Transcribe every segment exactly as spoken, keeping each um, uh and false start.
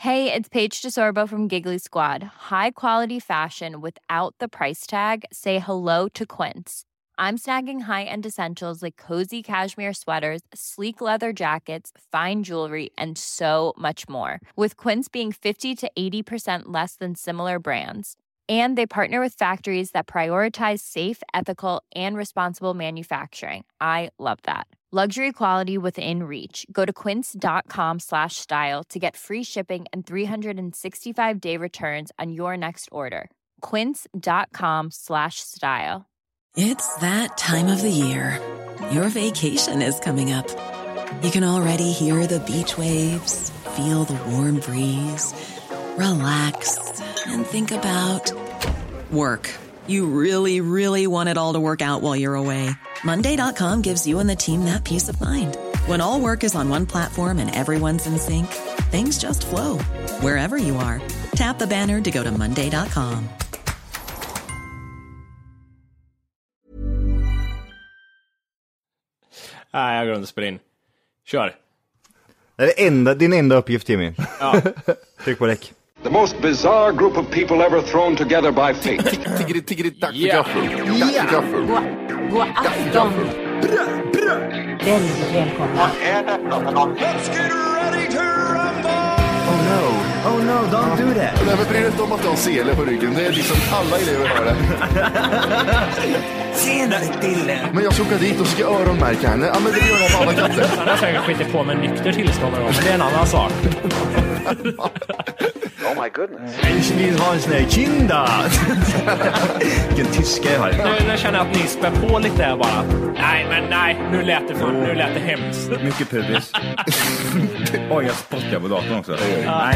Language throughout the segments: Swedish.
Hey, it's Paige DeSorbo from Giggly Squad. High quality fashion without the price tag. Say hello to Quince. I'm snagging high-end essentials like cozy cashmere sweaters, sleek leather jackets, fine jewelry, and so much more. With Quince being fifty to eighty percent less than similar brands. And they partner with factories that prioritize safe, ethical, and responsible manufacturing. I love that. Luxury quality within reach. Go to quince.com slash style to get free shipping and three sixty-five day returns on your next order. Quince.com slash style. It's that time of the year. Your vacation is coming up. You can already hear the beach waves, feel the warm breeze, relax, and think about work. You really, really want it all to work out while you're away. Monday dot com gives you and the team that peace of mind. When all work is on one platform and everyone's in sync, things just flow. Wherever you are, tap the banner to go to monday dot com. Nej, jag glömde spela in. Kör. Det är det enda, din enda uppgift, Timmy. Ja. Tryck på räck. The most bizarre group of people ever thrown together by fate. Tiggeri, tiggeri, dags för Yeah. gaffel. Dags för gaffel. God afton. Väldigt välkomna. Oh no, oh no, don't do that. Nej, men bry dig inte om att du har sele på ryggen. Det är liksom alla elever har det. Senare Dille. Men jag ska åka dit och ska öronmärka henne. Ja, men det gör jag på alla katter. Han har säkert skitit på med nykter tillstånd någon gång, men det är en annan sak. Oh my goodness. Ich vill ha en sån här kinda. Vilken tyska jag har. Nu, nu känner jag att ni spär på lite här bara. Nej, men nej, nu lät det, fan, nu lät det hemskt. Mycket pubis. Oj, jag spottar på datorn också. Nej.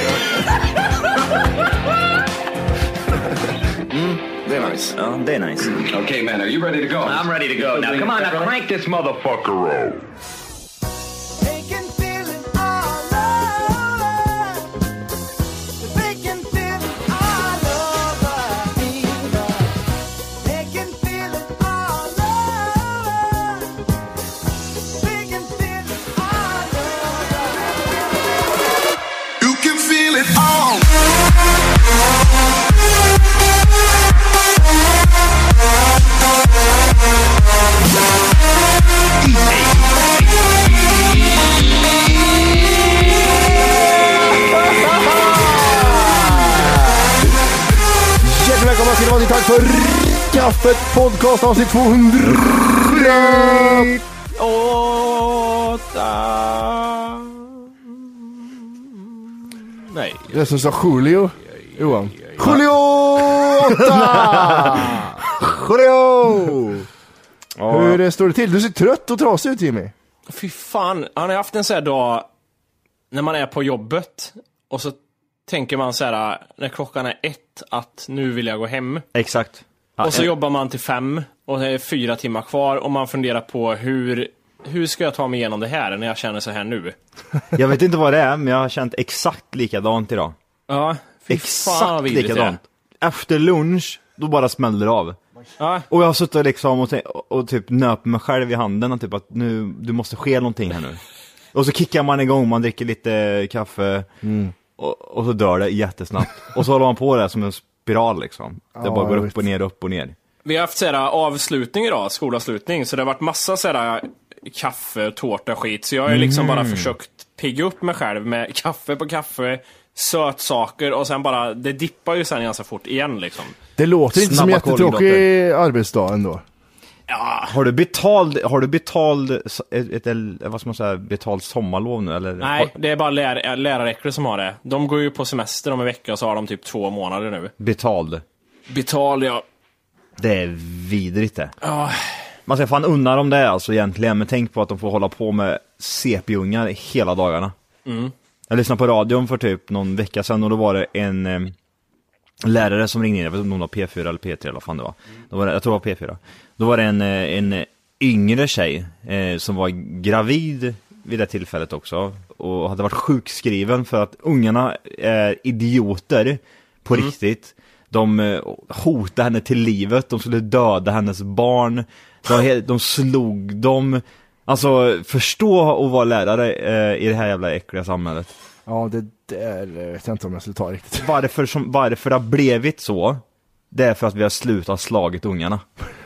Mm, det är nice. Ja, det är nice. Okay, man, are you ready to go? I'm ready to go. Now, come on, now crank this motherfucker up. Tack för kaffet podcast avsnitt tvåhundraåtta. Nej. Det är som sa Julio. Johan. Julio åtta! Julio! Hur står det till? Du ser trött och trasig ut, Jimmy. Fy fan, han har haft en sån här dag när man är på jobbet och så tänker man så här när klockan är ett att nu vill jag gå hem. Exakt. Ja, och så en... jobbar man till fem och det är fyra timmar kvar och man funderar på hur, hur ska jag ta mig igenom det här när jag känner så här nu. Jag vet inte vad det är, men jag har känt exakt likadant idag. Ja, fy exakt fan likadant. Efter lunch, då bara smällde det av. Ja. Och jag har suttit liksom och, och, och typ nöp mig själv i handen och typ att nu, du måste ske någonting här nu. Och så kickar man igång, man dricker lite kaffe mm. och, och så dör det jättesnabbt. Och så håller man på det som en spiral liksom. Det ja, bara går upp vet. och ner, upp och ner. Vi har haft sådär avslutning idag, skolavslutning, så det har varit massa sådär kaffe, tårta, skit. Så jag har ju liksom Mm. bara försökt pigga upp mig själv med kaffe på kaffe, sötsaker och sen bara, det dippar ju sen ganska fort igen liksom. Det låter inte som Snabba jättetråkig arbetsdag ändå. Ja. Har du betald, har du betald ett, ett, ett vad ska man säga, betald sommarlov nu eller? Nej, det är bara lär, läraräckor som har det. De går ju på semester om en vecka och så har de typ två månader nu. Betald. Betal, ja. Det är vidrigt det. Ja. Man ska fan unna dem det alltså egentligen, men tänk på att de får hålla på med C P-ungar hela dagarna. Mm. Jag lyssnade på radion för typ någon vecka sedan och då var det en eh, lärare som ringde in, jag vet inte om det var P fyra eller P tre eller vad fan det var. Då var det, jag tror det var P fyra. Då var det en, en yngre tjej eh, som var gravid vid det tillfället också och hade varit sjukskriven för att ungarna är idioter på mm. riktigt. De eh, hotade henne till livet, de skulle döda hennes barn, de, de slog dem. Alltså förstå att vara lärare eh, i det här jävla äckliga samhället. Ja, det där vet jag inte om jag skulle ta riktigt. Varför, som, varför det har blivit så, det är för att vi har slutat slagit ungarna.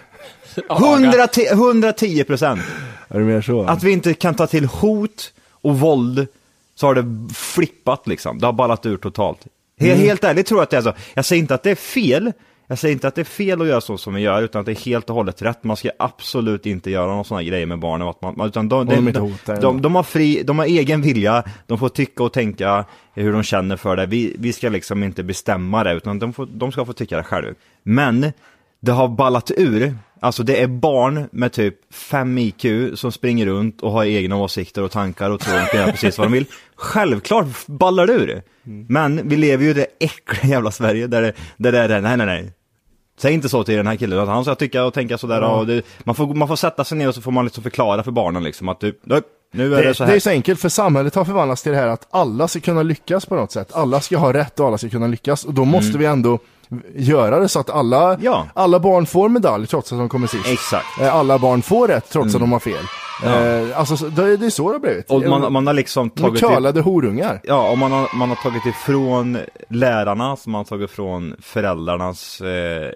hundratio procent. Är det mer så? Att vi inte kan ta till hot och våld, så har det flippat liksom. Det har ballat ur totalt. Mm. Helt ärligt tror jag att det är så. Jag säger inte att det är fel. Jag säger inte att det är fel att göra så som vi gör, utan att det är helt och hållet rätt. Man ska absolut inte göra någon sån här grejer med barnen. Att man, utan de, de, de, de, de, de har fri, de har egen vilja. De får tycka och tänka hur de känner för det. Vi, vi ska liksom inte bestämma det, utan de, får, de ska få tycka det själva. Men det har ballat ur. Alltså det är barn med typ fem I Q som springer runt och har egna åsikter och tankar och tror att de gör precis vad de vill. Självklart ballar det ur. Mm. Men vi lever ju i det äckliga jävla Sverige där det, där det är det, nej nej nej. Säg inte så till den här killen att han ska tycka och tänka sådär. Mm. Och det, man, får, man får sätta sig ner och så får man liksom förklara för barnen liksom att du, nu är det, det så här. Det är så enkelt, för samhället har förvandlats till det här att alla ska kunna lyckas på något sätt. Alla ska ha rätt och alla ska kunna lyckas. Och då måste mm. vi ändå göra det så att alla, ja. alla barn får medalj trots att de kommer sist. Exakt. Alla barn får rätt trots mm. att de har fel. Ja. Eh, alltså det, det är så det har blivit. Och man, man har liksom tagit kölade horungar. Ja, och man har, man har tagit ifrån lärarna, som man har tagit ifrån föräldrarnas eh,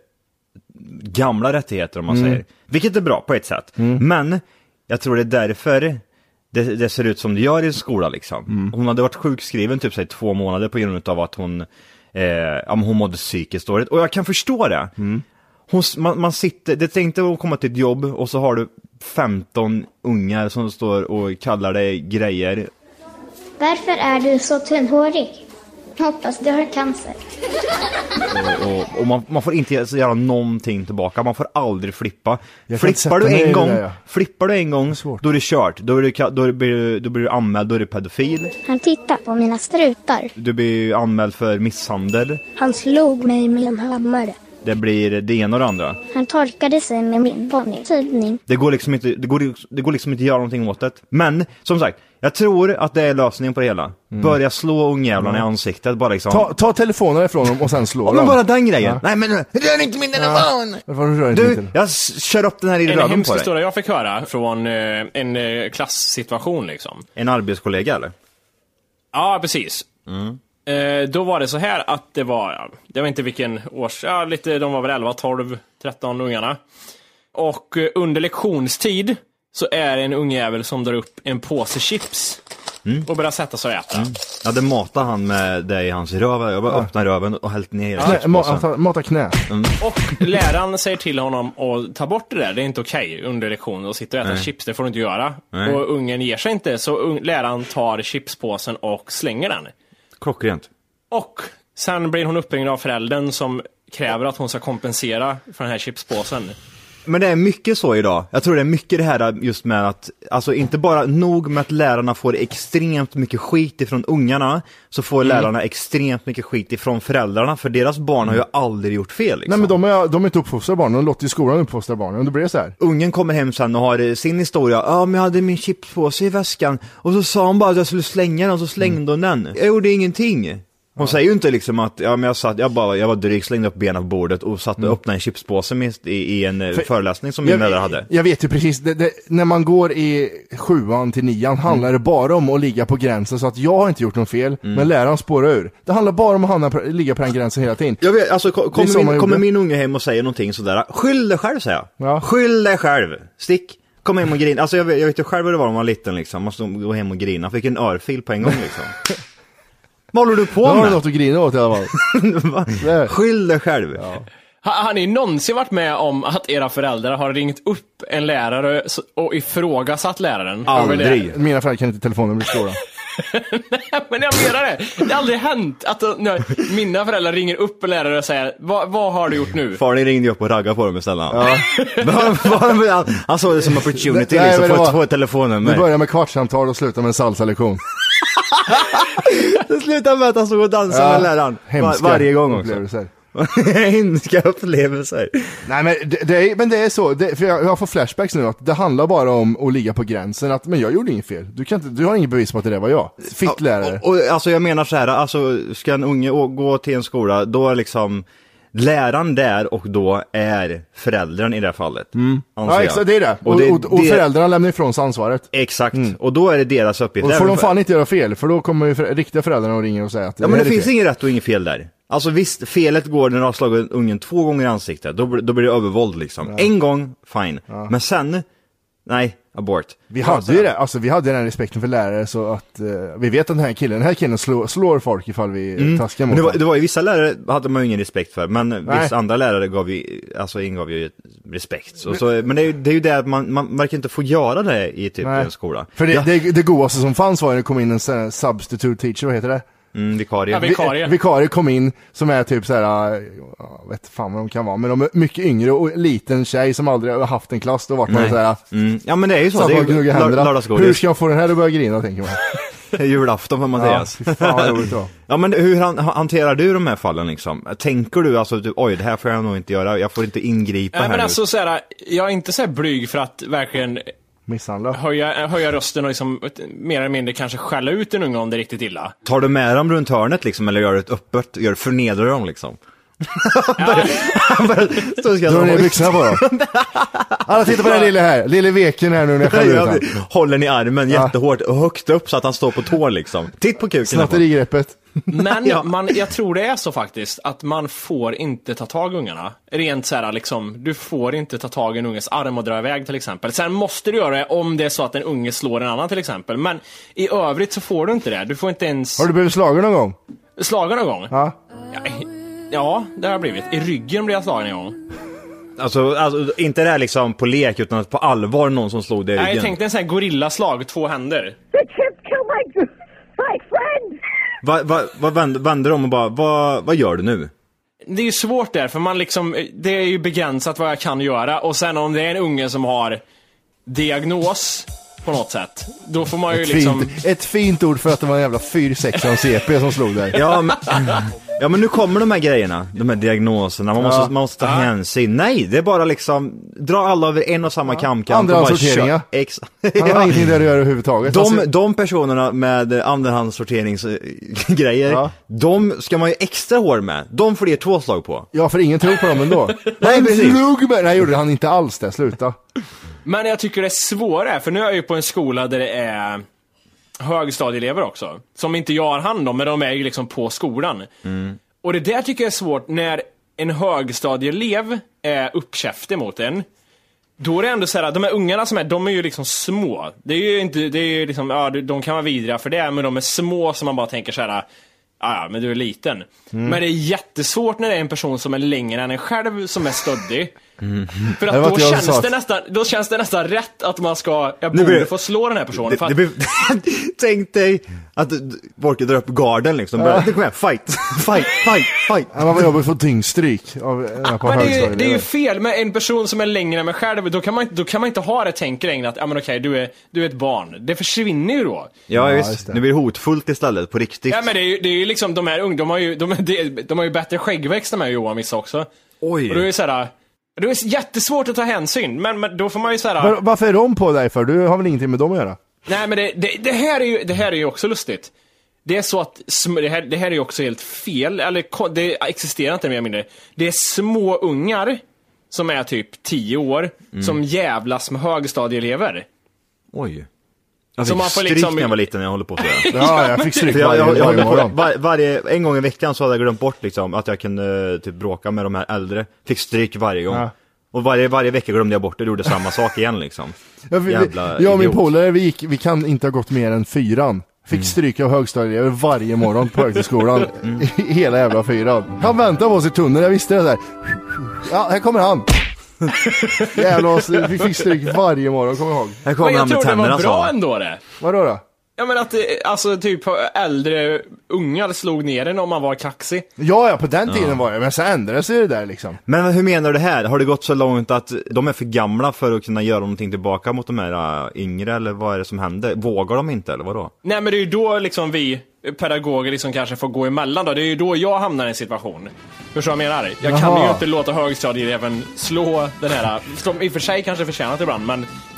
gamla rättigheter om man mm. säger. Vilket är bra på ett sätt. Mm. Men jag tror det är därför det, det ser ut som det gör i en skola liksom. Mm. Hon hade varit sjukskriven typ så här, två månader på grund av att hon eh, ja, hon mådde psykiskt dåligt. Och jag kan förstå det. Mm. Hon, man, man sitter, det tänkte att komma till ett jobb och så har du femton ungar som står och kallar dig grejer. Varför är du så tunnhårig? Hoppas du har cancer. Och, och, och man, man får inte göra någonting tillbaka. Man får aldrig flippa. Flippar du en gång, det, ja. flippar du en gång, då är det kört. Då, är det, då, blir du, då blir du anmäld, då är du pedofil. Han tittar på mina strutar. Du blir anmäld för misshandel. Han slog mig med en hammare. Det blir det ena och det andra. Han torkade sig med min ponnytidning. Det går liksom inte, det går, det går liksom inte att göra någonting åt det. Men, som sagt, jag tror att det är lösningen på det hela. Mm. Börja slå ungjävlarna mm. i ansiktet. Bara liksom. Ta, ta telefonen ifrån dem och sen slå dem. Men bara den grejen. Ja. Nej, men rör inte min telefon! Ja. Du, du jag kör upp den här i röven på dig. En hemsk historia jag fick höra från eh, en eh, klasssituation liksom. En arbetskollega, eller? Ja, precis. Mm. Eh, då var det så här att det var, ja, det var inte vilken års, ja, lite, de var väl elva, tolv, tretton ungarna. Och eh, under lektionstid så är det en ungjävel som drar upp en påse chips mm. och börjar sätta sig och äta. Mm. Ja, det matar han med det i hans röv. Jag bara ja. öppnar röven och hällt ner ja. Knä, ma- mata knä. Mm. Och läraren säger till honom att ta bort det där. Det är inte okej okay under lektionen att sitta och äta Nej. chips. Det får du inte göra. Nej. Och ungen ger sig inte, så un- läraren tar chipspåsen och slänger den. Klockrent. Och sen blir hon uppringd av föräldern som kräver att hon ska kompensera för den här chipspåsen. Men det är mycket så idag. Jag tror det är mycket det här just med att, alltså inte bara nog med att lärarna får extremt mycket skit ifrån ungarna, så får mm. lärarna extremt mycket skit ifrån föräldrarna, för deras barn har ju aldrig gjort fel liksom. Nej, men de är, de är inte uppfostrade barnen, de låter i skolan uppfostra barnen, och det blir så här. Ungen kommer hem sen och har sin historia. Ja, men jag hade min chipspåse i väskan och så sa hon bara att jag skulle slänga den och så slängde mm. hon den. Jag gjorde ingenting. Hon säger ju inte liksom att ja, men jag, satt, jag, bara, jag var dryg, slängde upp benen på bordet och satt och mm. öppnade en chipspåse i, i en För, föreläsning som min mödrar hade. Jag vet ju precis, det, det, när man går i sjuan till nian handlar mm. det bara om att ligga på gränsen, så att jag har inte gjort något fel, mm. men läraren spårar ur. Det handlar bara om att hamna, ligga på den gränsen hela tiden. Jag vet, alltså kom, kommer, min, kommer min unge hem och säger någonting sådär, skyll dig själv, säger jag. Ja. Skyll dig själv, stick. Kom hem och grina. Alltså jag vet, jag vet ju själv hur det var när man var liten liksom. Man måste gå hem och grina. Fick en örfil på en gång liksom. Vad håller du på med? Jag har något att grina åt i alla fall. Skyll dig själv. Ja. Har ni någonsin varit med om att era föräldrar har ringt upp en lärare och ifrågasatt läraren? Aldrig. Mina föräldrar kan inte telefonen bli stora. Nej, men jag menar det. Det har aldrig hänt att när mina föräldrar ringer upp en lärare och säger vad, vad har du gjort nu? Far, ni ringde upp och raggade på dem istället. Ja. han, han såg det som opportunity nej, liksom, för att få telefonen med. Det börjar med kvartssamtal och slutar med en salsa-lektion. Det slutar med att han stod och dansade ja, med läraren var, varje gång också. Hemska upplevelser. Nej, men det, det är, men det är så det, för jag, jag får flashbacks nu att det handlar bara om att ligga på gränsen, att men jag gjorde inget fel. Du kan inte, du har ingen bevis på att det där var jag. Fitt lärare. Och, och alltså jag menar så här, alltså ska en unge gå till en skola, då är liksom läraren där och då är föräldern i det här fallet. Mm. Ja, exakt, det är det. Och, och, det, och, och föräldrarna lämnar ifrån sig ansvaret. Exakt, mm. och då är det deras uppgift. Och då får de fan inte göra fel, för då kommer ju för, riktiga föräldrarna och ringer och säger att det, ja, men det, det finns fel. Inget rätt och inget fel där. Alltså visst, felet går när du har slagit ungen två gånger i ansiktet. Då, då blir det övervåld liksom. Ja. En gång, fine. Ja. Men sen, nej, abort. Vi hade ju det, alltså vi hade den respekten för lärare så att uh, vi vet att den här killen, den här killen slår, slår folk ifall vi mm. taskar mot det var, det var ju vissa lärare hade man ju ingen respekt för, men nej. Vissa andra lärare gav ju, alltså ingav ju respekt. Så, så, men det är, ju, det är ju det att man, man verkar inte få göra det i typ en skola. För det, ja. det, det godaste som fanns var när det kom in en sån substitute teacher, vad heter det? Mm, vikarie. Ja, vikarie. Vi, vikarie kom in som är typ så här, jag vet fan vad de kan vara, men de är mycket yngre och liten tjej som aldrig har haft en klass, då vart man så här. Mm. Ja, men det är ju så, så det är ju lördagsgodis. Hur ska jag få den här att börja grina, tänker man. Det är julafton för Mattias. Ja, fan vad roligt då. Ja, men hur han, hanterar du de här fallen liksom? Tänker du alltså, typ, oj, det här får jag nog inte göra, jag får inte ingripa Nej, här men nu. alltså så här, jag är inte så här blyg för att verkligen misshandla. Höja, höja rösten och liksom mer eller mindre kanske skälla ut en unge om det är riktigt illa. Tar du med dem runt hörnet liksom, eller gör det öppet, gör förnedrar dem liksom? Ja. Drar ner byxorna på dem. Alla tittar på den lille här, lille veken här nu när jag skäller ut han. Håller ni armen ja. jättehårt och högt upp så att han står på tår liksom. Titt på kuken. Snatterigreppet. Men ja. man, jag tror det är så faktiskt att man får inte ta tag i ungarna. Rent så här liksom, du får inte ta tag i en unges arm och dra iväg till exempel. Sen måste du göra det om det är så att en unge slår en annan till exempel. Men i övrigt så får du inte det. Du får inte ens... Har du blivit slagen någon gång? Slagen någon gång? Ja. Ja, ja, det har jag blivit. I ryggen blev jag slagen en gång. Alltså, alltså inte det här liksom på lek utan på allvar någon som slog dig i ryggen. Nej, jag tänkte en sån här gorillaslag, två händer. Vad va, va vänder, vänder de och bara, vad va gör du nu? Det är ju svårt där, för man liksom, det är ju begränsat vad jag kan göra. Och sen om det är en unge som har diagnos på något sätt, då får man ju ett liksom... Fint, ett fint ord för att det var en jävla fyra sex C P som slog där. Ja, men, ja, men nu kommer de här grejerna, de här diagnoserna. Man måste, ja. man måste ta ja. hänsyn. Nej, det är bara liksom, dra alla över en och samma ja. kamkant. Andrahandssorteringar. Ex- Han har ingenting där att göra överhuvudtaget. De, alltså... de personerna med andrahandssorteringsgrejer, ja. de ska man ju extra hård med. De får det två slag på. Ja, för ingen tror på dem ändå. Nej, precis. Nej, gjorde han inte alls det, sluta. Men jag tycker det är svårare, för nu är jag ju på en skola där det är högstadieelever också, som inte jag har hand om, men de är ju liksom på skolan. Mm. Och det där tycker jag är svårt när en högstadieelev är uppkäftig mot en. Då är det ändå så här, de här ungarna som är, de är ju liksom små. Det är ju inte, det är ju liksom, ja, de kan vara vidriga för det, men de är små som man bara tänker så här, ja, men du är liten. Mm. Men det är jättesvårt när det är en person som är längre än en själv som är stöddig. Mm. För att då känns, det nästan, då känns det nästan rätt att man ska, jag borde blir, få slå den här personen. Det, för att... det blir, tänk dig att folk drar upp garden liksom. Börjar, ja. Kom igen, fight, fight, fight, fight. Ja, man var jobbigt för tyngstryk av, ja, men det är, ju, det är ju fel med en person som är längre än mig själv. Då kan man, då kan man inte ha det tänker längre att ja, men okej, du är, du är ett barn. Det försvinner ju då. Ja, ja visst. Det. Nu blir det hotfullt istället, på riktigt. Ja, men det är ju, det är ju liksom, de här ungdomar har ju, de, de, de har ju bättre skäggväxt än mig, Johan, vissa också. Oj. Och då är det så här, det är jättesvårt att ta hänsyn, men, men då får man ju så här. Var, varför är de på dig för? Du har väl ingenting med dem att göra? Nej, men det, det, det, här, är ju, det här är ju också lustigt. Det är så att, det här, det här är ju också helt fel, eller det existerar inte mer eller mindre. Det är små ungar som är typ tio år mm. som jävlas med högstadieelever. Oj. Jag fick man får stryk liksom... när jag var liten när jag håller på så. Ja, jag fick stryk varje, jag, jag, varje morgon. Var, varje, en gång i veckan så hade jag glömt bort liksom, att jag kunde typ bråka med de här äldre. Fick stryk varje gång. Ja. Och varje, varje vecka glömde jag bort det och gjorde samma sak igen liksom. Ja, vi, jag och min polare, vi, gick, vi kan inte ha gått mer än fyran. Fick mm. stryka av högstadieelever varje morgon på högskolan. Mm. Hela jävla fyran. Han väntade på oss i tunneln, jag visste det där. Ja, här kommer han. Jävlar, vi fick stryk varje morgon, kommer jag ihåg. Här kommer men jag han med tror det var bra så. ändå det. Vadå då? Ja, men att alltså typ äldre ungar slog ner en om man var kaxig. Ja, ja, på den tiden ja. var det, men så ändrades det där liksom. Men hur menar du det här? Har det gått så långt att de är för gamla för att kunna göra någonting tillbaka mot de här uh, yngre, eller vad är det som händer? Vågar de inte, eller vadå? Nej, men det är ju då liksom vi pedagoger liksom kanske får gå emellan då. Det är ju då jag hamnar i en situation. Förstår vad jag menar? Jag Jaha. kan ju inte låta högstadieeleven slå den här, som i och för sig kanske förtjänat ibland, men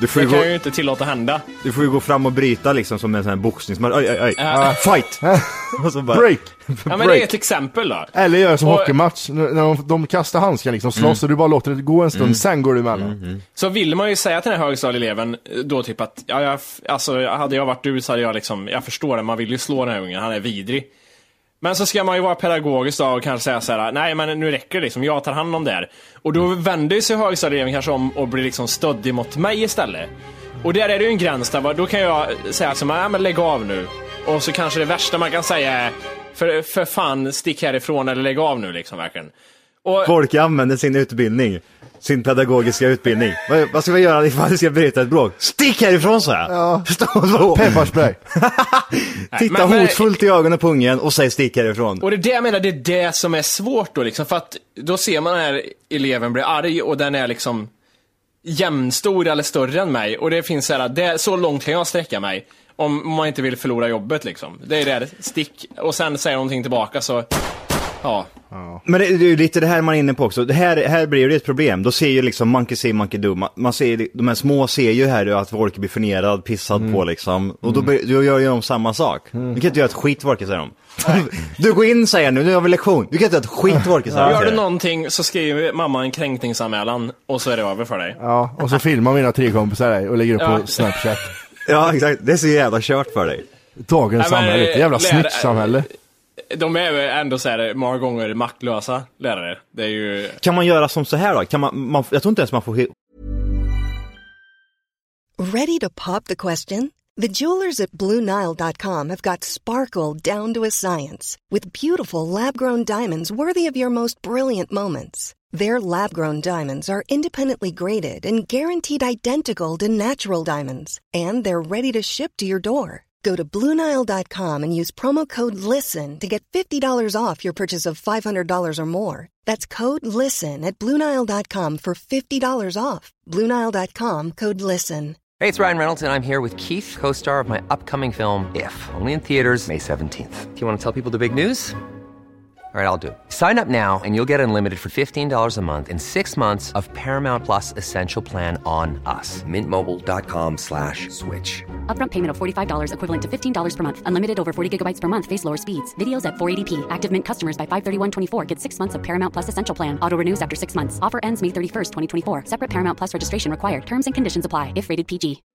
det kan gå... jag ju inte tillåta hända. Du får ju gå fram och bryta liksom som en sån här boxningsmatch. Oj, oj, oj. Uh. Fight! Och så bara... Break! Ja, men Break. Det är ett exempel då. Eller gör som och... hockeymatch. När de, de kastar handskan liksom, slåss mm. och du bara låter det gå en stund, mm. sen går du emellan. Mm, mm. Så vill man ju säga till den här högstadieeleven då typ att, ja, jag, alltså, hade jag varit du så hade jag liksom, jag förstår det, man vill ju slå den här ungen, han är vidrig. Men så ska man ju vara pedagogisk då och kanske säga så här: nej men nu räcker det liksom, jag tar hand om det här. Och då vänder sig högstadieeleven kanske om och blir liksom stöddig mot mig istället. Och där är det ju en gräns där, då kan jag säga så här, men lägg av nu. Och så kanske det värsta man kan säga är, för, för fan, stick härifrån eller lägg av nu liksom, verkligen. Och... Folk använder sin utbildning, sin pedagogiska utbildning. Vad, vad ska vi göra ifall vi ska bryta ett bråk? Stick härifrån, så här. Ja. Pepparspray. Titta men, hotfullt men... i ögonen på ungen och säg stick härifrån. Och det är det jag menar, det är det som är svårt då liksom, för att då ser man den här eleven bli arg och den är liksom jämnstor eller större än mig. Och det finns så här, det, så långt kan jag sträcka mig om man inte vill förlora jobbet liksom. Det är det, stick. Och sen säger någonting tillbaka så... Ja. Ja. Men det, det är ju lite det här man är inne på också. Det här, här blir det ett problem. Då ser ju liksom monkey see, monkey do. Man, man ser, de här små ser ju här att folk blir förnedrad, pissad mm. på liksom. Och då, då gör ju de samma sak. Mm. Du kan inte göra ett skit, Vorke, säger de. Du går in, säger nu, nu har vi lektion. Du kan inte göra ett skit, Vorke, säger ja. Gör du någonting så skriver mamma en kränkningsanmälan och så är det över för dig. Ja, och så filmar mina tre kompisar dig och lägger upp ja. på Snapchat. Ja, exakt. Det är så jävla kört för dig. Dagens Nej, samhälle, ett jävla snitch-samhälle. De är ju ändå så här många gånger maktlösa lärare. Det är ju... Kan man göra som så här då? Kan man, man, jag tror inte ens man får... Ready to pop the question? The jewelers at Blue Nile dot com have got sparkle down to a science with beautiful lab-grown diamonds worthy of your most brilliant moments. Their lab-grown diamonds are independently graded and guaranteed identical to natural diamonds. And they're ready to ship to your door. Go to Blue Nile dot com and use promo code LISTEN to get fifty dollars off your purchase of five hundred dollars or more. That's code LISTEN at Blue Nile dot com for fifty dollars off. Blue Nile dot com, code LISTEN. Hey, it's Ryan Reynolds, and I'm here with Keith, co-star of my upcoming film, If, only in theaters May seventeenth. Do you want to tell people the big news? All right, I'll do it. Sign up now and you'll get unlimited for fifteen dollars a month and six months of Paramount Plus Essential Plan on us. Mint Mobile dot com slash switch. Upfront payment of forty-five dollars equivalent to fifteen dollars per month. Unlimited over forty gigabytes per month. Face lower speeds. Videos at four eighty p. Active Mint customers by five thirty-one twenty-four get six months of Paramount Plus Essential Plan. Auto renews after six months. Offer ends May thirty-first, twenty twenty-four. Separate Paramount Plus registration required. Terms and conditions apply if rated P G.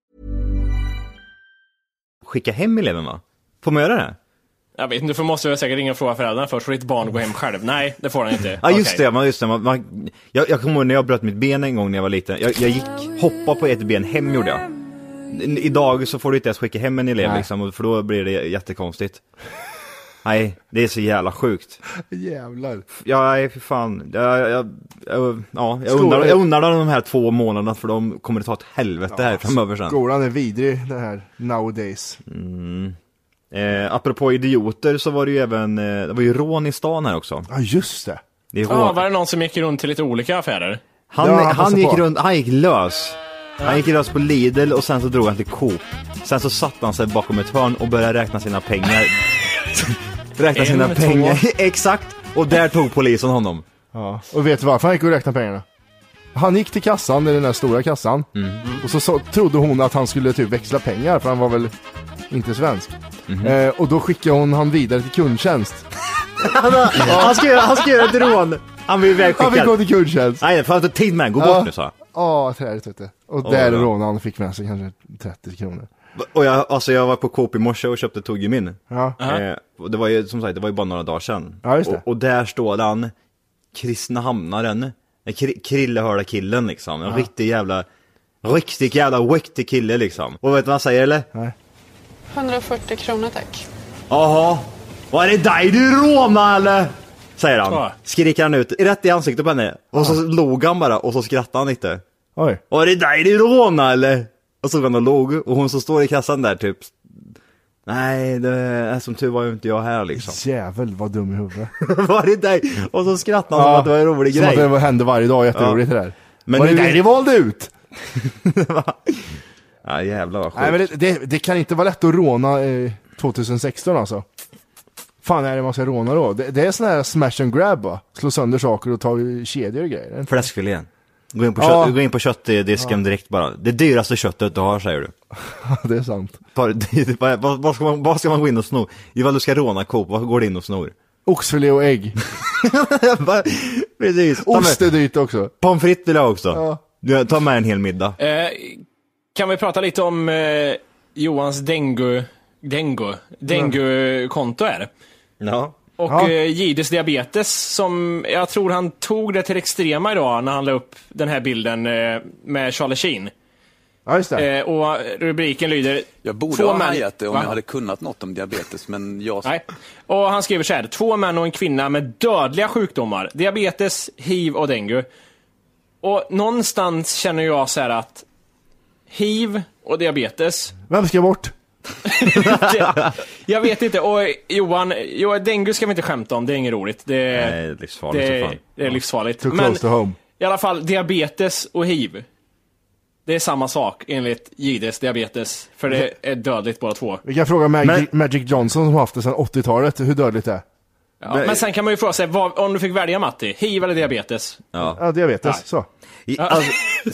Skicka hem eleven, va? Får man göra det? Jag vet inte, för måste jag säkert ringa och fråga föräldrarna först för ditt barn gå hem själv. Nej, det får han inte. Ja, just okay. det, man, just det man, man, jag, jag kommer ihåg när jag bröt mitt ben en gång när jag var liten. Jag, jag gick, hoppa på ett ben hem gjorde jag. Idag så får du inte ens skicka hem en elev liksom, för då blir det jättekonstigt. Nej, det är så jävla sjukt. Jävlar. Ja, nej, för fan. Jag, jag, jag, ja, jag, undrar, jag undrar de här två månaderna för de kommer att ta ett helvete ja, här framöver sen. Skolan är vidrig, det här nowadays. Mm. Eh, apropå idioter så var det ju även eh, det var ju rån i stan här också. Ja, just det. det ja, var det någon som gick runt till lite olika affärer? Han, ja, han, han gick runt, han gick lös. Ja. Han gick lös på Lidl och sen så drog han till Coop. Sen så satt han sig bakom ett hörn och började räkna sina pengar. räkna sina en, pengar. Exakt. Och där tog polisen honom. Ja. Och vet du varför han gick och räknade pengarna? Han gick till kassan, i den där stora kassan. Mm. Och så, så trodde hon att han skulle typ växla pengar, för han var väl inte svensk. Mm-hmm. Eh, och då skickade hon han vidare till kundtjänst. han, ska göra, han ska göra ett rån. Han vill väl skicka. Han vill gå till kundtjänst. Nej, för att ta tid med han. Gå ja. bort nu, så. Ja, trädigt, vet du. Och oh, där ja. rånade han och fick med sig kanske trettio kronor. Och jag, alltså jag var på Coop i morse och köpte tuggummin. Ja. Eh, och det var ju, som sagt, det var ju bara några dagar sedan. Ja, just det. Och, och där står han, kristna hamnaren. Kr- Krillehörda killen liksom. En ja. riktig jävla, riktigt jävla riktig kille liksom. Och vet du vad han säger, eller? Nej. hundrafyrtio kronor, tack. Jaha. Var det dig du rånade, eller? Säger han. Ja. Skriker han ut rätt i ansiktet på henne. Och så log han bara och så skrattade han lite. Oj. Var det dig du rånade, eller? Och så han och log. Och hon som står i kassan där typ. Nej, det är som tur var ju inte jag här liksom. Jävel, vad dum i huvudet. Var det dig? Och så skrattade han ja, som att det var en rolig som grej. Som att det hände varje dag, jätteroligt ja. det där. Men var det dig det valde ut? Ja, jävlar vad sjukt. Nej, men det, det, det kan inte vara lätt att råna eh, tjugohundrasexton alltså. Fan är det man ska råna då? Det, det är sån här smash and grab, va? Slå sönder saker och ta kedjor och grejer. Fläskfilén. Gå in på, Ja. kött, gå in på köttdisken direkt bara. Det dyraste köttet du har, säger du. Det är sant. Tar, det, vad, vad, vad, ska man, vad ska man gå in och sno? Ifall du ska råna Coop, vad går det in och snor? Oxfilé och ägg. Precis. Ost är dyrt också. Pommes frites vill jag också. Ja. Du, ta med en hel middag. Eh, kan vi prata lite om eh, Johans dengu dengu dengu-konto är? Ja. Och Ja. eh, Gides diabetes, som jag tror han tog det till extrema idag när han la upp den här bilden eh, med Charlie Sheen. Ja, just det. Eh, och rubriken lyder... Jag borde två ha män- hajat det om Va? jag hade kunnat något om diabetes, men jag... Nej. Och han skriver så här: två män och en kvinna med dödliga sjukdomar. Diabetes, hiv och dengue. Och någonstans känner jag så här att hiv och diabetes... Vem ska bort? det, jag vet inte. Och Johan, jo, dengue ska vi inte skämta om. Det är inget roligt. Det, Nej, det är livsfarligt. det, så fan. det är livsfarligt. Too Men close to home. i alla fall, diabetes och hiv. Det är samma sak enligt Gides diabetes. För det är dödligt båda två. Vi kan fråga Mag- Men- Magic Johnson som har haft det sedan åttiotalet hur dödligt det är. Ja, men sen kan man ju fråga sig, vad, om du fick välja, Matti, hiv eller diabetes? Ja. Ja, diabetes. Nej. Så. I, alltså,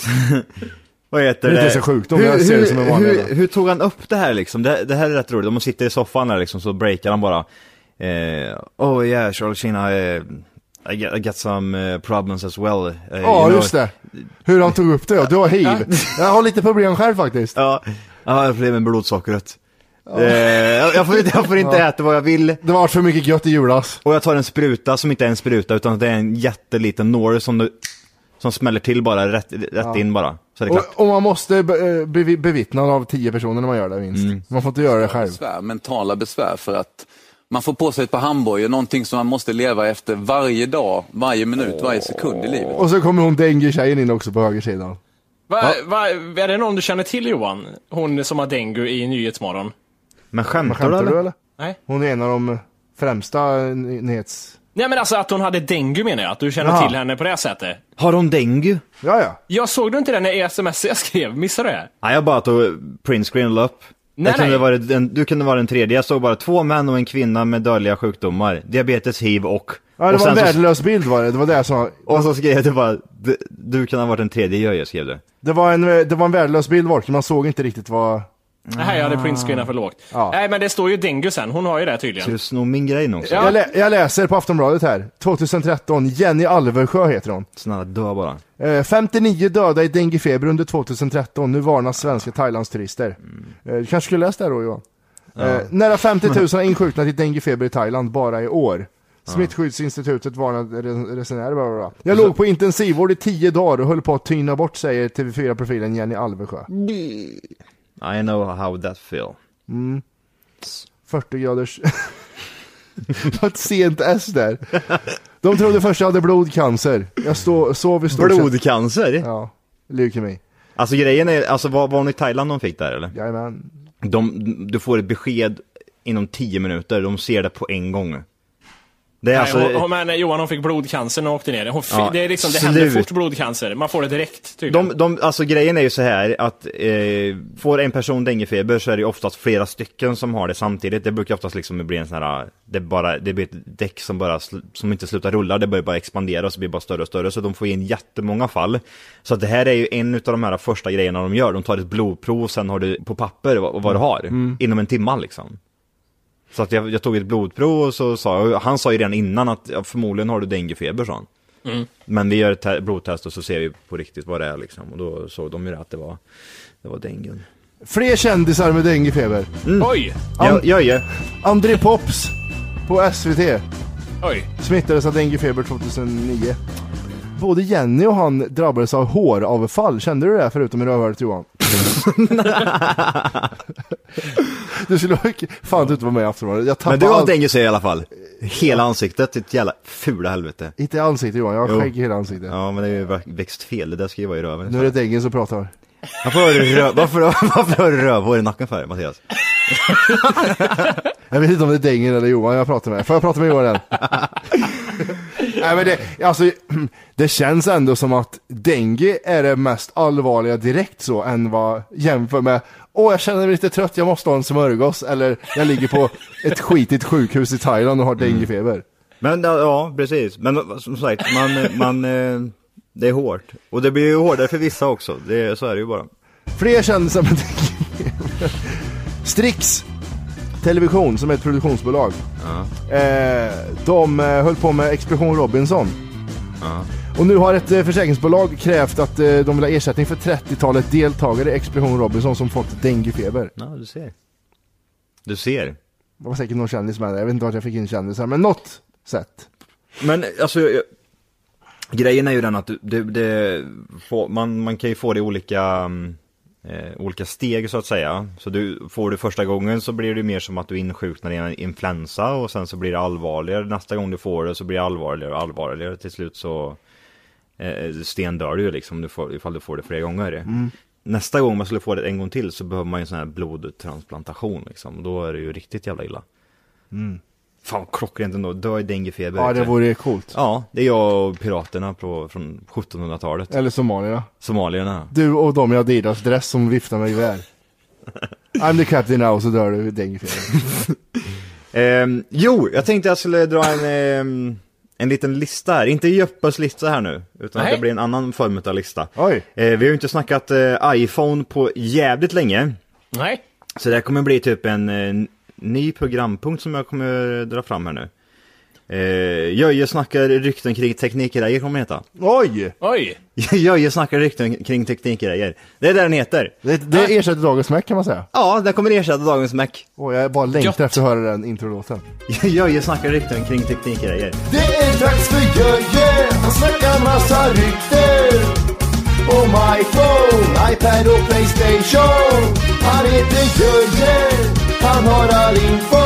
vad heter Det det? är inte så sjukdom, jag ser det som en vanlig hur, jävla. hur tog han upp det här liksom? Det, det här är rätt roligt. Om man sitter i soffan där liksom, så breakar han bara. Eh, oh yeah, Charlie Sheen, I, I, get, I get some uh, problems as well. Uh, Ja, you know. just det. Hur han tog upp det, ja. Du har hiv. Jag har lite problem själv faktiskt. Ja, jag har problem med blodsockret. Eh, jag, jag får inte, jag får inte Ja. äta vad jag vill. Det var för mycket gött i julas. Och jag tar en spruta som inte är en spruta, utan det är en jätteliten nål som, du, som smäller till bara, rätt, rätt Ja. in bara. Så är det klart. Och, och man måste be, be, bevittna av tio personer när man gör det minst. Mm. Man får inte göra det själv. Besvär, mentala besvär, för att man får på sig ett par handbojor, någonting som man måste leva efter varje dag, varje minut, varje sekund i livet. Och så kommer hon dengue-tjejen in också på högersidan. Va, va, är det någon du känner till, Johan? Hon som har dengue i Nyhetsmorgon. Men skämtar, Men skämtar du du eller? eller? Nej. Hon är en av de främsta ny- nyhets... Nej, men alltså att hon hade dengue, menar jag. Att du känner Jaha. till henne på det sättet. Har hon dengue? Ja, ja. Jag såg du inte den i sms jag skrev? Missade du det? Nej, jag bara tog printscreen och la upp. Nej, Jag kunde nej. vara den, du kunde vara den tredje. Jag såg bara två män och en kvinna med dödliga sjukdomar. Diabetes, hiv och... Ja, det och var en sen värdelös bild var det. Det var det som... så, och så skrev jag det bara, du, du kan ha varit den tredje, gör jag, skrev du. Det var en, det var en värdelös bild, Volker. Man såg inte riktigt vad... Nej, jag hade printscreena för lågt. Ja. Nej, men det står ju dengue sen. Hon har ju det Så tydligen. du snor min grej nu också. Ja. Jag, lä- jag läser på Aftonbladet här. tjugohundratretton, Jenny Alversjö heter hon. Snälla, dö bara. Eh, femtionio döda i denguefeber under tjugohundratretton. Nu varnas svenska Thailandsturister. Eh, du kanske skulle läsa det här då, Johan. Eh, nära femtio tusen har insjuknat i denguefeber i Thailand bara i år. Smittskyddsinstitutet varnade re- resenärer. Bla bla bla. Jag låg på intensivvård i tio dagar och höll på att tyna bort, säger T V fyra-profilen Jenny Alversjö. I know how that feel. Mm. fyrtio graders... Ett sent S där. De trodde först jag hade blodcancer. Jag stå, sov i stort sett- Blodcancer? Ja, leukemi. Alltså grejen är, alltså var, var hon i Thailand de fick där eller? Jajamän. De, du får ett besked inom tio minuter, de ser det på en gång. Det är Nej, alltså... hon, hon, men Johan, hon fick blodcancer när hon åkte ner. Hon fi, Ja, det är liksom, det slut. händer fort blodcancer. Man får det direkt, tydligen. De, de, alltså grejen är ju så här att eh, får en person denguefeber så är det ju oftast flera stycken som har det samtidigt. Det brukar oftast liksom bli en sån här, det, bara, det blir ett däck som, bara, sl- som inte slutar rulla, det börjar bara expandera och så blir det bara större och större, så de får in jättemånga fall. Så att det här är ju en av de här första grejerna de gör. De tar ett blodprov och sen har du på papper vad, vad du har Mm. inom en timme liksom. Så att jag, jag tog ett blodprov och så sa jag, han sa ju redan innan att ja, förmodligen har du denguefeber, sa han. Mm. Men vi gör ett te- blodtest och så ser vi på riktigt vad det är liksom. Och då såg de ju att det var, det var dengue. Fler kändisar med denguefeber. Mm. Oj! An- Jag gör André Pops på S V T Oj. smittades av denguefeber tjugohundranio. Både Jenny och han drabbades av håravfall. Kände du det förutom i rövhålet, Johan? Du skulle fan inte vara med i Aftonbladet. Jag Men du tappade har allt. dengue i alla fall. Hela ansiktet, ditt jävla fula helvete. Inte i ansiktet, Johan. Jag har Jo. skägg i hela ansiktet. Ja, men det är ju växt fel, det där ska ju vara i röven. Nu är det dengue som pratar. Varför har du, rö- varför, varför har du rövhår i nacken för, Mattias? Jag vet inte om det är Dengen eller Johan jag pratar med. Får jag prata med Johan än? Nej, men det, alltså, det känns ändå som att dengue är det mest allvarliga direkt så än vad jämför med åh, jag känner mig lite trött, jag måste ha en smörgås, eller jag ligger på ett skitigt sjukhus i Thailand och har denguefeber. Men ja, precis. Men som sagt, man, man, eh, Det är hårt. Och det blir ju hårdare för vissa också. Det, så är det ju bara. Fler kändisar med Strix Television, som är ett produktionsbolag. Ja. Eh, de eh, höll på med Expedition Robinson. Ja. Och nu har ett eh, försäkringsbolag krävt att eh, de vill ha ersättning för trettiotalet deltagare i Expedition Robinson som fått denguefeber. Ja, du ser. Du ser. Det var säkert någon kändis med det. Jag vet inte vart jag fick in kändisar, men något sätt. Men alltså, jag, grejen är ju den att du, det, det får, man, man kan ju få det i olika, eh, olika steg så att säga. Så du får det första gången så blir det mer som att du insjuknar i en influensa och sen så blir det allvarligare. Nästa gång du får det så blir det allvarligare och allvarligare. Till slut så eh, stendör du ju liksom du får, ifall du får det flera gånger. Mm. Nästa gång man skulle få det en gång till så behöver man ju en sån här blodtransplantation liksom. Då är det ju riktigt jävla illa. Mm. Fan, klockrent ändå. Då är denguefeber. Ja, det vore coolt. Ja, det är jag och piraterna på, från sjuttonhundratalet. Eller somalierna. Somalierna. Du och de i Adidas dress som viftar med gevär. I'm the captain now, så dör du denguefeber. um, jo, jag tänkte jag skulle dra en, um, en liten lista här. Inte Jöppes lista här nu, utan Nej. att det blir en annan form av lista. Oj. Uh, vi har ju inte snackat uh, iPhone på jävligt länge. Nej. Så det kommer bli typ en uh, ny programpunkt som jag kommer dra fram här nu. Eh, Jöje snackar rykten kring teknikgrejer kommer heta. Oj! Oj! Jöje snackar rykten kring teknikgrejer. Det är det den heter. Det, det ersätter dagens Mac kan man säga. Ja, det kommer ersätta dagens Mac. Och jag är bara längtar Gött. efter att höra den introlåten. Jöje snackar rykten kring teknikgrejer. Det är dags för Jöje. Han snackar massa rykten om iPhone, iPad och PlayStation. Han heter Jöje. Han har all info.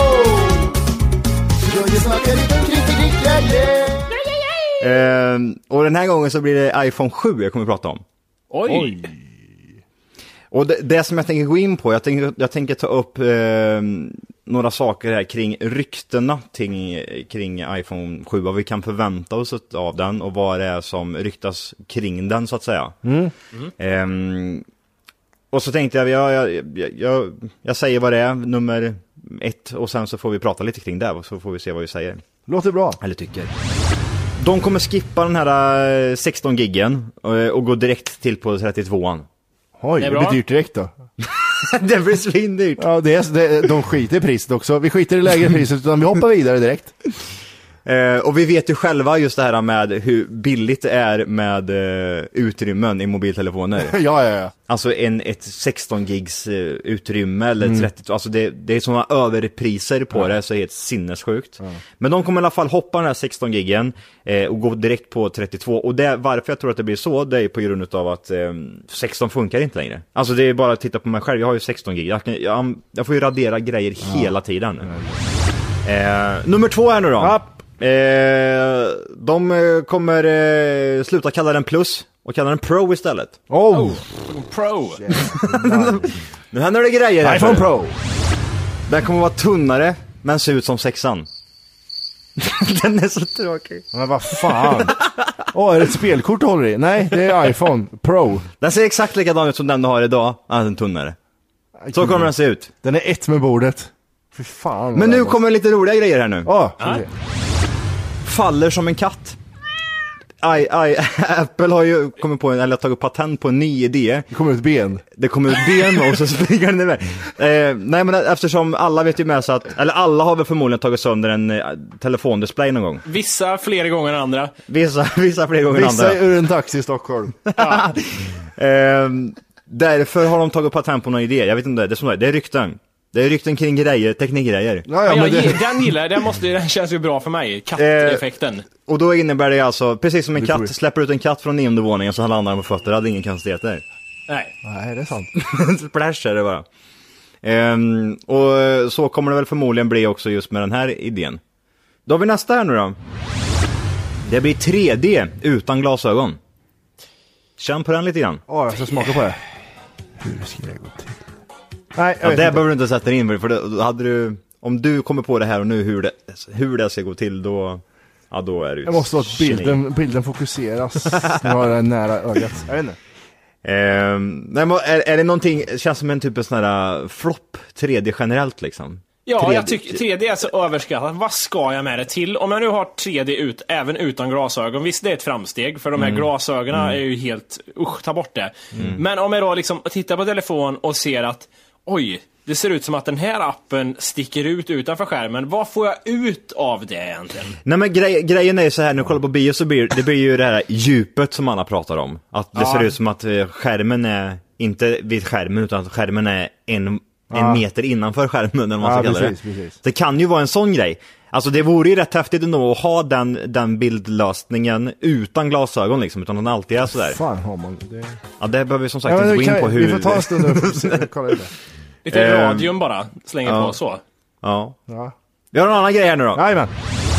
Jöje snackar rykten kring teknikgrejer. Eh, och den här gången så blir det iPhone sju jag kommer att prata om. Oj! Oj. Och det, det som jag tänker gå in på, jag tänker, jag tänker ta upp eh, några saker här kring ryktena kring, kring iPhone sju. Vad vi kan förvänta oss av den och vad det är som ryktas kring den så att säga. Mm. Mm. Eh, och så tänkte jag, jag, jag, jag, jag säger vad det är, nummer ett, och sen så får vi prata lite kring det och så får vi se vad vi säger. Låter bra. Eller tycker. De kommer skippa den här sexton giggen och, och gå direkt till på trettiotvåan. Oj, det, det blir dyrt direkt då. Det blir svindyrt. Ja, det är, det, de skiter i priset också. Vi skiter i lägre priset utan vi hoppar vidare direkt. Eh, och vi vet ju själva just det här med hur billigt det är med eh, utrymmen i mobiltelefoner. ja, ja, ja. Alltså en, ett sexton gigs eh, utrymme eller mm. trettio, alltså det, det är sådana överpriser på ja. det så är det helt sinnessjukt. Ja. Men de kommer i alla fall hoppa den här sexton giggen eh, och gå direkt på trettiotvå. Och det, varför jag tror att det blir så, det är på grund av att eh, sexton funkar inte längre. Alltså det är bara att titta på mig själv, jag har ju sexton gig. Jag, kan, jag, jag får ju radera grejer ja. hela tiden. Ja. Eh, nummer två här nu då. Ja. Eh, de kommer eh, sluta kalla den Plus och kalla den Pro istället. Oh, oh Pro. Nu händer det grejer här. iPhone Pro. Den kommer vara tunnare men ser ut som sexan. Den är så tråkig. Men vad fan. Åh, oh, är det ett spelkort du håller i? Nej, det är iPhone Pro. Den ser exakt likadan ut som den du har idag. Ah, den tunnare. Så kommer den se ut. Den är ett med bordet. Fy fan. Men nu kommer lite roliga grejer här nu. Åh, oh, faller som en katt. Aj, aj, Apple har ju kommit på en, eller tagit patent på en ny idé. Det kommer ut ben. Det kommer ut ben och så springer den iväg. Eh, nej men eftersom alla vet ju med sig att, eller alla har väl förmodligen tagit sönder en eh, telefondisplay någon gång. Vissa fler gånger än andra. Vissa, vissa fler gånger än vissa andra. Vissa ur en taxi i Stockholm. Ja. eh, därför har de tagit patent på någon idé. Jag vet inte, det är som det, det är rykten. Det är rykten kring grejer, teknikgrejer. Ja, ja, men det... Den gillar, den, måste, den känns ju bra för mig. Katteffekten. Eh, och då innebär det alltså, precis som en katt släpper ut en katt från nionde våningen så han landar på fötter. Det hade ingen konstigheter. Nej. Nej, det är sant. Splash är det bara. Um, och så kommer det väl förmodligen bli också just med den här idén. Då har vi nästa här nu då. Det blir tre D utan glasögon. Känn på den lite grann. Åh, oh, jag ska smaka på det. Hur ska det gå till? Nej, ja, det behöver du inte sätta in för då hade du, om du kommer på det här och nu hur det, hur det ska gå till då, ja då är det ju. Jag måste låta bilden, bilden fokuseras. Nu har den nära ögat. Jag vet inte. Eh, nej, är, är det någonting, känns som en typ av sån här flopp tre D generellt liksom? Ja, tre D. jag tycker tre D är så överskattat. Vad ska jag med det till? Om jag nu har tre D ut, även utan glasögon. Visst, det är ett framsteg. För de här Mm. glasögonen Mm. är ju helt... Usch, ta bort det. Mm. Men om jag då liksom tittar på telefon och ser att... Oj, det ser ut som att den här appen sticker ut utanför skärmen. Vad får jag ut av det egentligen? Nej, men grej, grejen är ju så här, när du kollar på bio så blir det blir ju det här djupet som alla pratar om. Att det Ja. ser ut som att eh, skärmen är inte vid skärmen, utan att skärmen är en, en Ja. meter innanför skärmen, eller vad man Ja, ska kalla precis, det. precis. Det kan ju vara en sån grej. Alltså det vore ju rätt häftigt ändå att ha den, den bildlösningen utan glasögon liksom, utan den alltid är sådär. Fan har man det? Ja, det behöver vi som sagt Ja, men inte vi gå in kan- på hur... vi får ta en stund och kolla lite. Lite Ehm, radion bara, slänger ja. på så. Ja. Ja. Vi har en annan grej här nu då. Jajamän.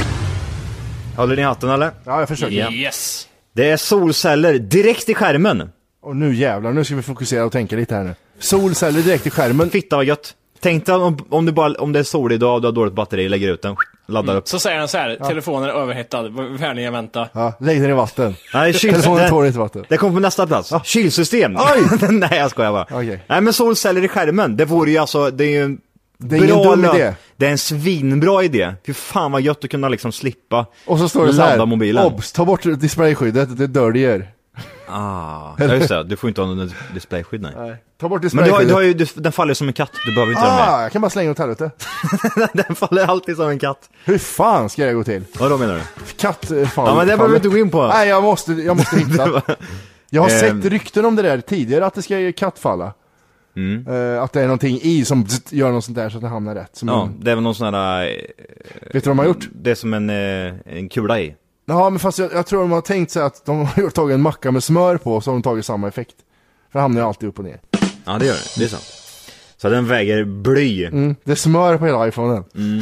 Håller ni hatten eller? Ja, jag försöker. Ja. Yes. Det är solceller direkt i skärmen. Och nu jävlar, nu ska vi fokusera och tänka lite här nu. Solceller direkt i skärmen. Fitta vad gött. Tänk dig om, om, du bara, om det är sol idag, du har dåligt batteri, lägger ut den, laddar upp. Så säger han så här, telefonen är överhettad. Vad är ni jag vänta? Ja, lägg den i vatten. Nej, kyl- Telefonen tål det, inte vatten. det kommer på nästa plats. Kylsystem. Oj! Nej, jag skojar bara. Okej. Nej, men solceller i skärmen, det vore ju alltså, det är ju en Det är ingen dum lö- idé. Det är en svinbra idé. Fy fan vad gött att kunna liksom slippa Och så står det så ladda här, mobilen. obs, ta bort displayskyddet, det döljer. Ah, ja, just det. Du får inte ha någon displayskydd, nej. Nej. Ta bort Men du har, displayskyddet. du har ju, du, den faller som en katt, du behöver inte ha den Ah, med. jag kan bara slänga åt helvete. Den faller alltid som en katt. Hur fan ska det gå till? Vad då menar du? Katt, eh, fan. Ja, men det behöver vi inte gå in på. Nej, jag måste, jag måste hitta. Jag har Ehm. sett rykten om det där tidigare, att det ska kattfalla. Mm. Uh, att det är någonting i som zzzt, gör något sånt där så att det hamnar rätt. Som Ja, en, det är väl någon sån här... eh, vet du vad de har gjort? Det är som en, eh, en kula i. Ja, men fast jag, jag tror de har tänkt sig att de har tagit en macka med smör på, och så har de tagit samma effekt. För det hamnar ju alltid upp och ner. Ja, det gör det. Det är sant. Så den väger bly. Mm, det är smör på hela iPhonen. Mm.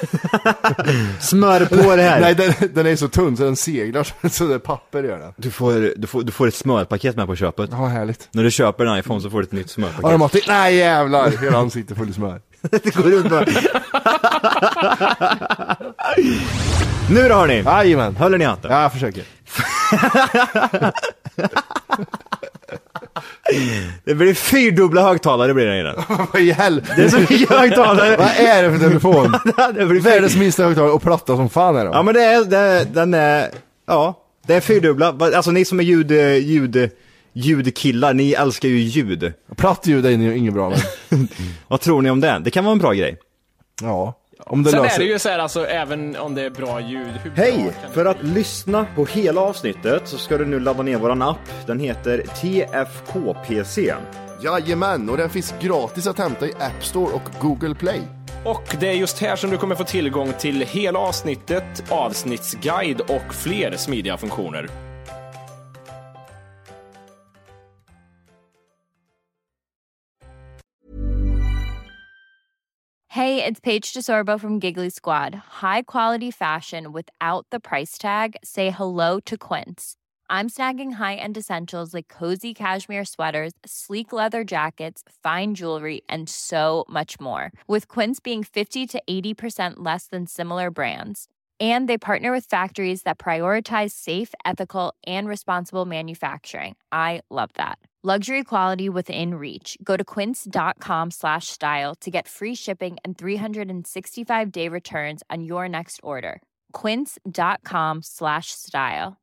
Smör på det här. Nej, den, den är så tunn så den seglar så det är papper gör den. Du får, du, får, du får ett smörpaket med på köpet. Ja, härligt. När du köper en iPhone så får du ett nytt smörpaket. Ja, de har tänkt, nej jävlar, hela ansiktet full i smör. Det går runt bara. Nu då hörni. Jajamän. Håller ni hatten? Ja, jag försöker. Det blir fyrdubbla högtalare blir det i den. Vad i helvete? Det är så mycket högtalare. Vad är det för telefon? Det blir Världens minsta högtalare och platta som fan är de. Ja, men det är, det, den är, ja, det är fyrdubbla. Alltså ni som är ljud, ljud, ljudkillar, ni älskar ju ljud. Platt ljud är ju inget bra. Men. Vad tror ni om det? Det kan vara en bra grej. Ja. Om det Sen löser... är det ju så här, alltså, även om det är bra ljud. Hur bra Hej! kan För att lyssna på hela avsnittet så ska du nu ladda ner våran app. Den heter T F K P C. Jajamän, och den finns gratis att hämta i App Store och Google Play. Och det är just här som du kommer få tillgång till hela avsnittet, avsnittsguide och fler smidiga funktioner. Hey, it's Paige DeSorbo from Giggly Squad. High quality fashion without the price tag. Say hello to Quince. I'm snagging high-end essentials like cozy cashmere sweaters, sleek leather jackets, fine jewelry, and so much more. With Quince being fifty to eighty percent less than similar brands. And they partner with factories that prioritize safe, ethical, and responsible manufacturing. I love that. Luxury quality within reach. Go to quince.com slash style to get free shipping and three sixty-five day returns on your next order. Quince.com slash style.